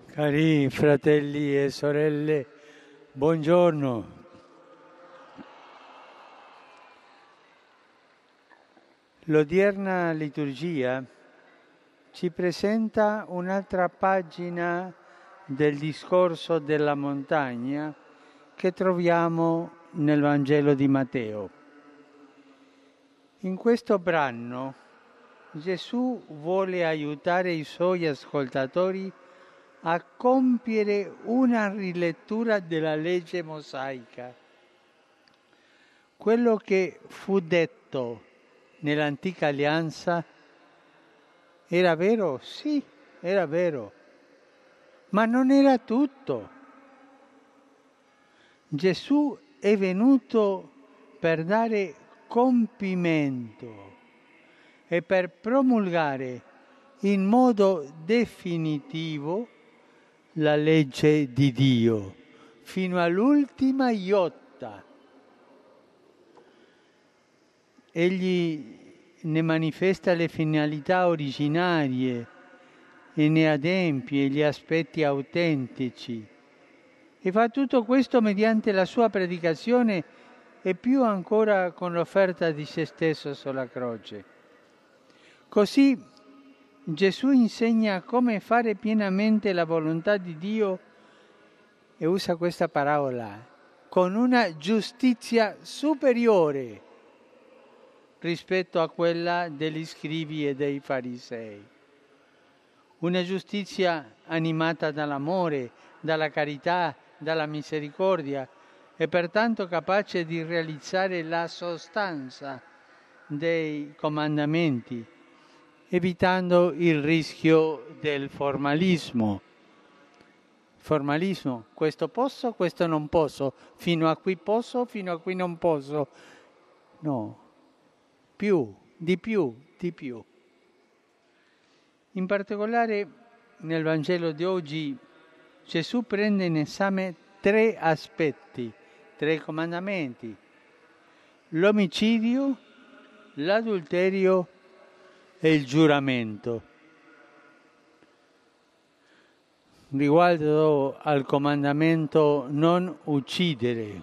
Cari fratelli e sorelle, buongiorno. L'odierna liturgia ci presenta un'altra pagina del discorso della montagna che troviamo nel Vangelo di Matteo. In questo brano Gesù vuole aiutare i suoi ascoltatori a compiere una rilettura della legge mosaica. Quello che fu detto nell'antica alleanza era vero? Sì, era vero, ma non era tutto. Gesù è venuto per dare compimento e per promulgare in modo definitivo la legge di Dio, fino all'ultima iota. Egli ne manifesta le finalità originarie e ne adempie gli aspetti autentici. E fa tutto questo mediante la sua predicazione e più ancora con l'offerta di se stesso sulla croce. Così Gesù insegna come fare pienamente la volontà di Dio e usa questa parola, con una giustizia superiore rispetto a quella degli scribi e dei farisei. Una giustizia animata dall'amore, dalla carità, dalla misericordia e pertanto capace di realizzare la sostanza dei comandamenti, evitando il rischio del formalismo. Formalismo, questo posso, questo non posso, fino a qui posso, fino a qui non posso. No, di più. In particolare nel Vangelo di oggi Gesù prende in esame 3 aspetti, 3 comandamenti: l'omicidio, l'adulterio e il giuramento. Riguardo al comandamento non uccidere,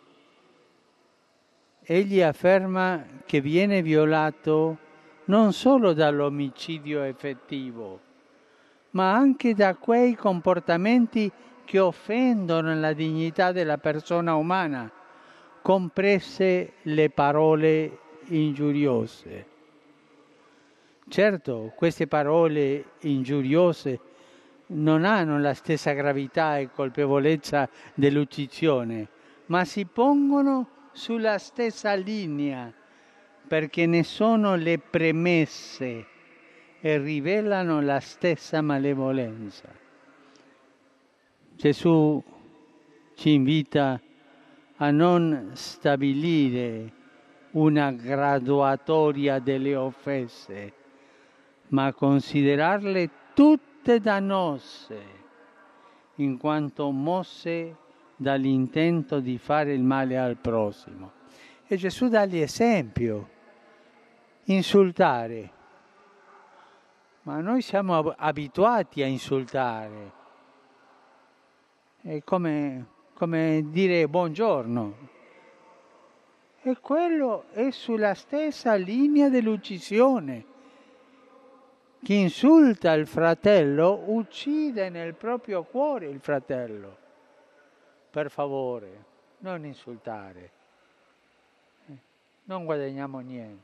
egli afferma che viene violato non solo dall'omicidio effettivo, ma anche da quei comportamenti che offendono la dignità della persona umana, comprese le parole ingiuriose. Certo, queste parole ingiuriose non hanno la stessa gravità e colpevolezza dell'uccisione, ma si pongono sulla stessa linea perché ne sono le premesse e rivelano la stessa malevolenza. Gesù ci invita a non stabilire una graduatoria delle offese, ma a considerarle tutte dannose, in quanto mosse dall'intento di fare il male al prossimo. E Gesù dà l'esempio: insultare. Ma noi siamo abituati a insultare. È come dire buongiorno. E quello è sulla stessa linea dell'uccisione. Chi insulta il fratello uccide nel proprio cuore il fratello. Per favore, non insultare. Non guadagniamo niente.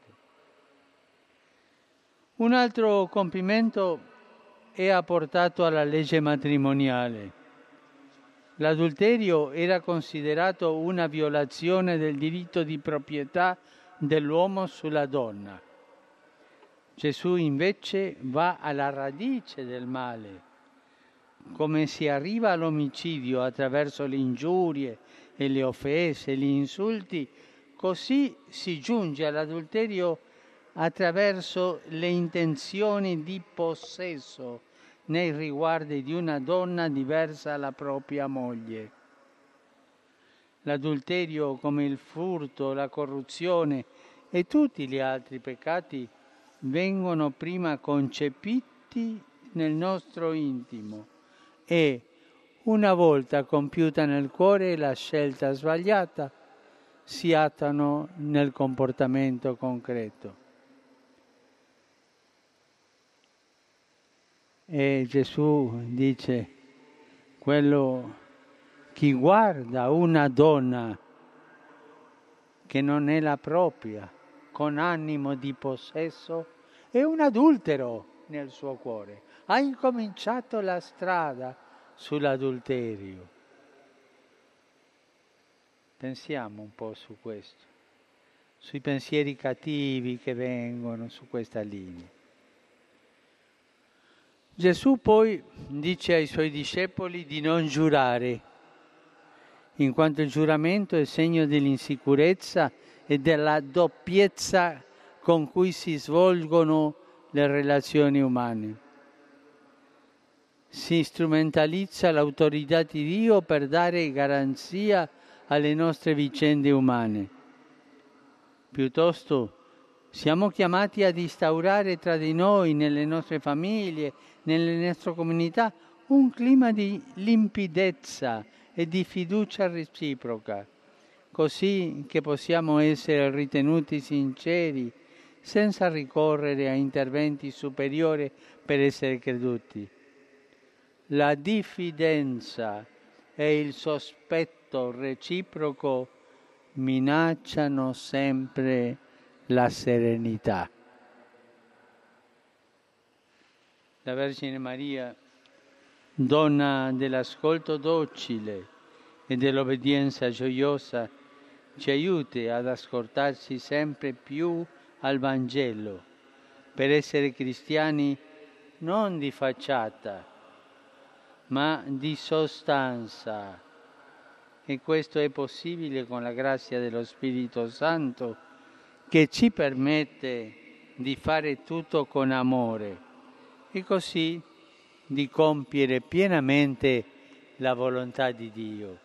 Un altro compimento è apportato alla legge matrimoniale. L'adulterio era considerato una violazione del diritto di proprietà dell'uomo sulla donna. Gesù invece va alla radice del male. Come si arriva all'omicidio attraverso le ingiurie e le offese, gli insulti, così si giunge all'adulterio attraverso le intenzioni di possesso nei riguardi di una donna diversa dalla propria moglie. L'adulterio, come il furto, la corruzione e tutti gli altri peccati, vengono prima concepiti nel nostro intimo, e, una volta compiuta nel cuore la scelta sbagliata, si attuano nel comportamento concreto. E Gesù dice, chi guarda una donna che non è la propria, con animo di possesso, è un adultero nel suo cuore. Ha incominciato la strada sull'adulterio. Pensiamo un po' su questo, sui pensieri cattivi che vengono su questa linea. Gesù poi dice ai suoi discepoli di non giurare, in quanto il giuramento è segno dell'insicurezza e della doppiezza con cui si svolgono le relazioni umane. Si strumentalizza l'autorità di Dio per dare garanzia alle nostre vicende umane. Piuttosto siamo chiamati ad instaurare tra di noi, nelle nostre famiglie, nelle nostre comunità, un clima di limpidezza e di fiducia reciproca, così che possiamo essere ritenuti sinceri senza ricorrere a interventi superiori per essere creduti. La diffidenza e il sospetto reciproco minacciano sempre la serenità. La Vergine Maria, donna dell'ascolto docile e dell'obbedienza gioiosa, ci aiuti ad ascoltarci sempre più al Vangelo, per essere cristiani non di facciata, ma di sostanza. E questo è possibile con la grazia dello Spirito Santo, che ci permette di fare tutto con amore e così di compiere pienamente la volontà di Dio.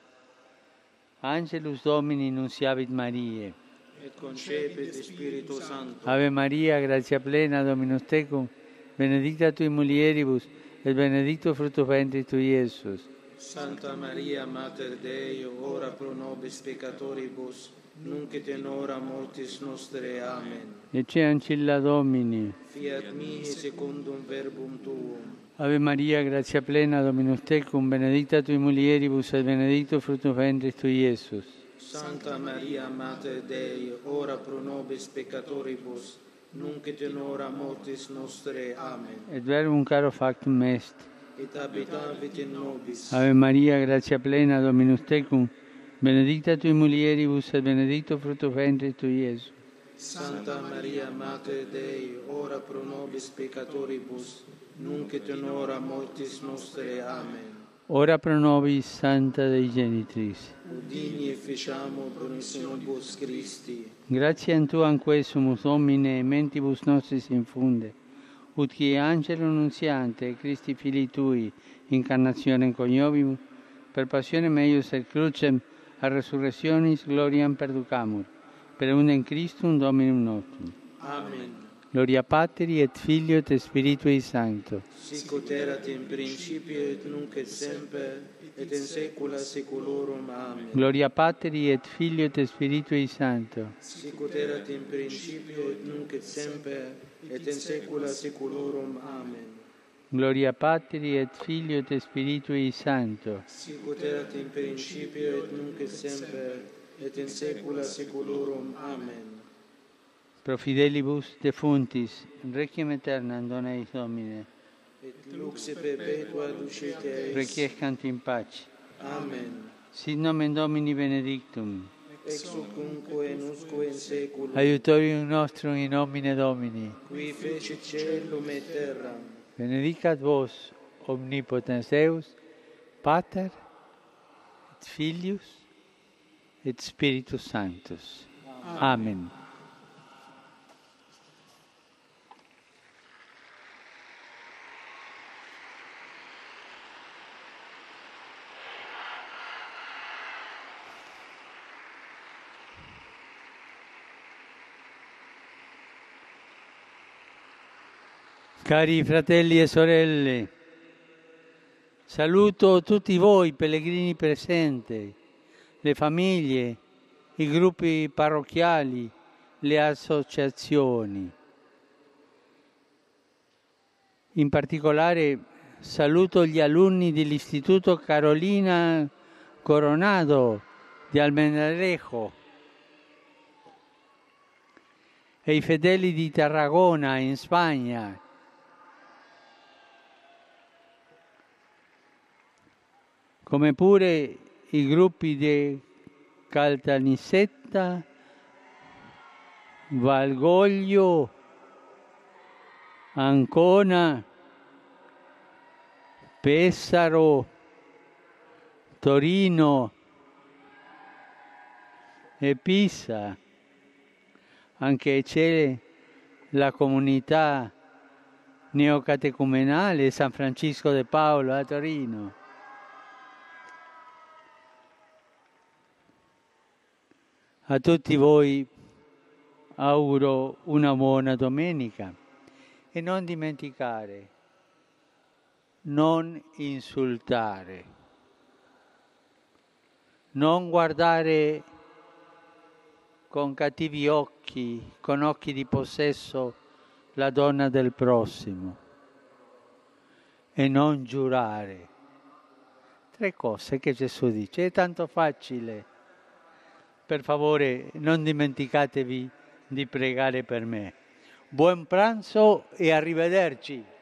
Angelus Domini nunciavit Mariae. Et concepit Spiritu Sancto. Ave Maria, gratia plena, Dominus tecum, benedicta tui mulieribus, et benedictus fructus ventris tui, Iesus. Santa Maria, Mater Dei, ora pro nobis peccatoribus, nunc et in hora mortis nostre. Amen. Ecce ancilla Domini. Fiat mihi secundum verbum tuum. Ave Maria, gratia plena, Dominus tecum, benedicta tui mulieribus, et benedictus fructus ventris tui, Iesus. Santa Maria, Mater Dei, ora pro nobis peccatoribus, nunc et in hora mortis nostre. Amen. Et verbum caro factum est. Et habitavit in nobis. Ave Maria, gratia plena, Dominus tecum, benedicta tui mulieribus, et benedictus fructus ventris tui, Iesus. Santa Maria, Mater Dei, ora pro nobis peccatoribus, nunc et in hora mortis nostre. Amen. Ora pro nobis, Santa Dei Genitris. Udini e ficiamo promissionibus Christi. Gratiam Tuam quesumus, Domine, mentibus nostris infunde, ut qui angelo nunziante, Christi Filii Tui, incarnationem coniovimus, per passionem eius et crucem, a resurrectionis gloriam perducamur, per unum Christum Dominum nostrum. Amen. Gloria Patri et Filio et Spiritui Sancto. Sic ut erat in principio et nunc et semper et in saecula saeculorum. Amen. Gloria Patri et Filio et Spiritui Sancto. Sic ut erat in principio et nunc et semper et in saecula saeculorum. Amen. Gloria Patri et Filio et Spiritui Sancto. Sic ut erat in principio et nunc et semper et in saecula saeculorum. Amen. Pro fidelibus defuntis, requiem aeternam dona eis Domine. Et lux perpetua ducete eis. Requiescant in pace. Amen. Sit nomen Domini benedictum. Ex hoc nunc et usque in saeculum. Aiutorium nostrum in nomine Domini. Qui fecit caelum et terram. Benedicat vos, omnipotens Deus, Pater, et Filius, et Spiritus Sanctus. Amen. Cari fratelli e sorelle, Saluto tutti voi pellegrini presenti, le famiglie, i gruppi parrocchiali, le associazioni. In particolare saluto gli alunni dell'Istituto Carolina Coronado di Almendralejo e i fedeli di Tarragona in Spagna. Come pure i gruppi di Caltanissetta, Valgoglio, Ancona, Pesaro, Torino e Pisa. Anche c'è la comunità neocatecumenale San Francisco de Paolo a Torino. A tutti voi auguro una buona domenica e non dimenticare, non insultare, non guardare con cattivi occhi, con occhi di possesso, la donna del prossimo e non giurare. 3 cose che Gesù dice, è tanto facile. Per favore, non dimenticatevi di pregare per me. Buon pranzo e arrivederci.